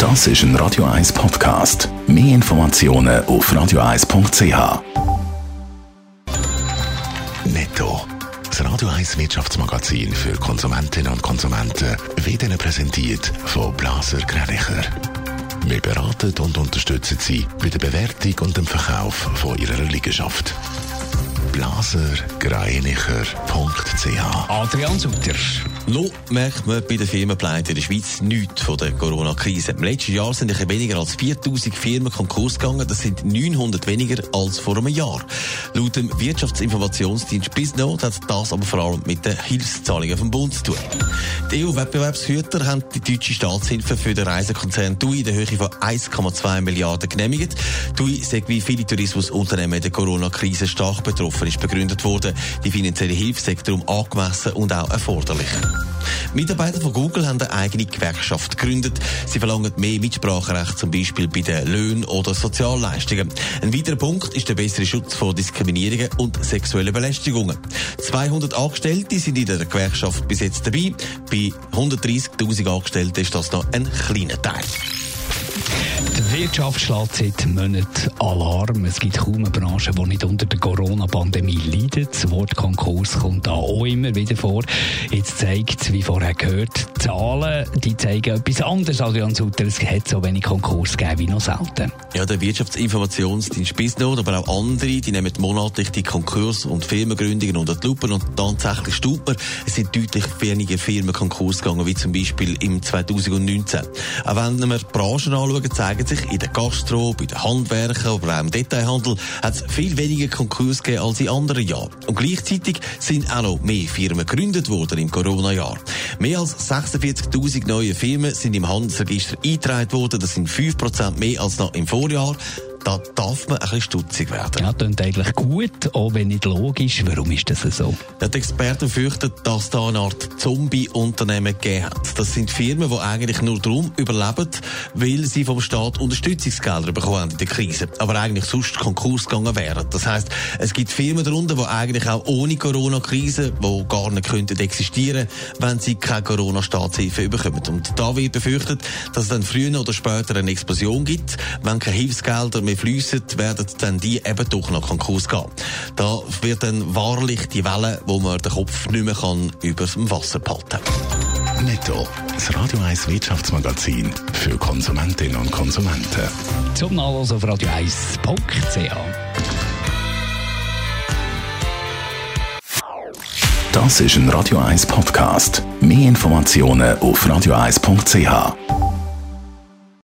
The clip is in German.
Das ist ein Radio 1 Podcast. Mehr Informationen auf radio1.ch. Netto, das Radio 1 Wirtschaftsmagazin für Konsumentinnen und Konsumenten, wird Ihnen präsentiert von Blaser Greinicher. Wir beraten und unterstützen Sie bei der Bewertung und dem Verkauf von Ihrer Liegenschaft. blasergreinicher.ch. Adrian Sutter. Noch merkt man bei den Firmenpleiten in der Schweiz nichts von der Corona-Krise. Im letzten Jahr sind weniger als 4000 Firmen Konkurs gegangen. Das sind 900 weniger als vor einem Jahr. Laut dem Wirtschaftsinformationsdienst BISNOT hat das aber vor allem mit den Hilfszahlungen vom Bund zu tun. Die EU-Wettbewerbshüter haben die deutsche Staatshilfe für den Reisekonzern TUI in der Höhe von 1,2 Milliarden genehmigt. TUI sagt, wie viele Tourismusunternehmen in der Corona-Krise stark betroffen ist, begründet worden. Die finanzielle Hilfe sei darum angemessen und auch erforderlich. Mitarbeiter von Google haben eine eigene Gewerkschaft gegründet. Sie verlangen mehr Mitspracherecht, zum Beispiel bei den Löhnen oder Sozialleistungen. Ein weiterer Punkt ist der bessere Schutz vor Diskriminierungen und sexuellen Belästigungen. 200 Angestellte sind in der Gewerkschaft bis jetzt dabei. Bei 130.000 Angestellten ist das noch ein kleiner Teil. Die Wirtschaft schlägt seit Monaten Alarm. Es gibt kaum eine Branche, die nicht unter der Corona-Pandemie leidet. Das Wort Konkurs kommt da auch immer wieder vor. Jetzt zeigt es, wie vorher gehört, die Zahlen, die zeigen etwas anderes. Adrian Sutter, es hat so wenig Konkurs gegeben wie noch selten. Ja, der Wirtschaftsinformationsdienst BISNOT, aber auch andere, die nehmen monatlich die Konkurs- und Firmengründungen unter die Lupe und tatsächlich staunt man, es sind deutlich weniger Firmen Konkurs gegangen, wie zum Beispiel im 2019. Auch wenn wir die Branchen anschauen, zeigen sich in der Gastro, bei den Handwerkern oder auch im Detailhandel hat es viel weniger Konkurs gegeben als in anderen Jahren. Und gleichzeitig sind auch noch mehr Firmen gegründet worden im Corona-Jahr. Mehr als 46.000 neue Firmen sind im Handelsregister eingetragen worden. Das sind 5% mehr als noch im Vorjahr. Da darf man ein bisschen stutzig werden. Ja, das klingt eigentlich gut, auch wenn nicht logisch. Warum ist das so? Ja, die Experten fürchten, dass da eine Art Zombie-Unternehmen gegeben hat. Das sind Firmen, die eigentlich nur darum überleben, weil sie vom Staat Unterstützungsgelder bekommen in der Krise. Aber eigentlich sonst Konkurs gegangen wären. Das heisst, es gibt Firmen darunter, die eigentlich auch ohne Corona-Krise, die gar nicht könnten existieren, wenn sie keine Corona-Staatshilfe bekommen. Und da wird befürchtet, dass es dann früher oder später eine Explosion gibt, wenn keine Hilfsgelder mehr fliessen, werden dann die eben doch noch Konkurs gehen. Da wird dann wahrlich die Welle, wo man den Kopf nicht mehr über dem Wasser behalten kann. Netto, das Radio 1 Wirtschaftsmagazin für Konsumentinnen und Konsumenten. Zum Nachlesen auf radio1.ch. Das ist ein Radio 1 Podcast. Mehr Informationen auf radio1.ch.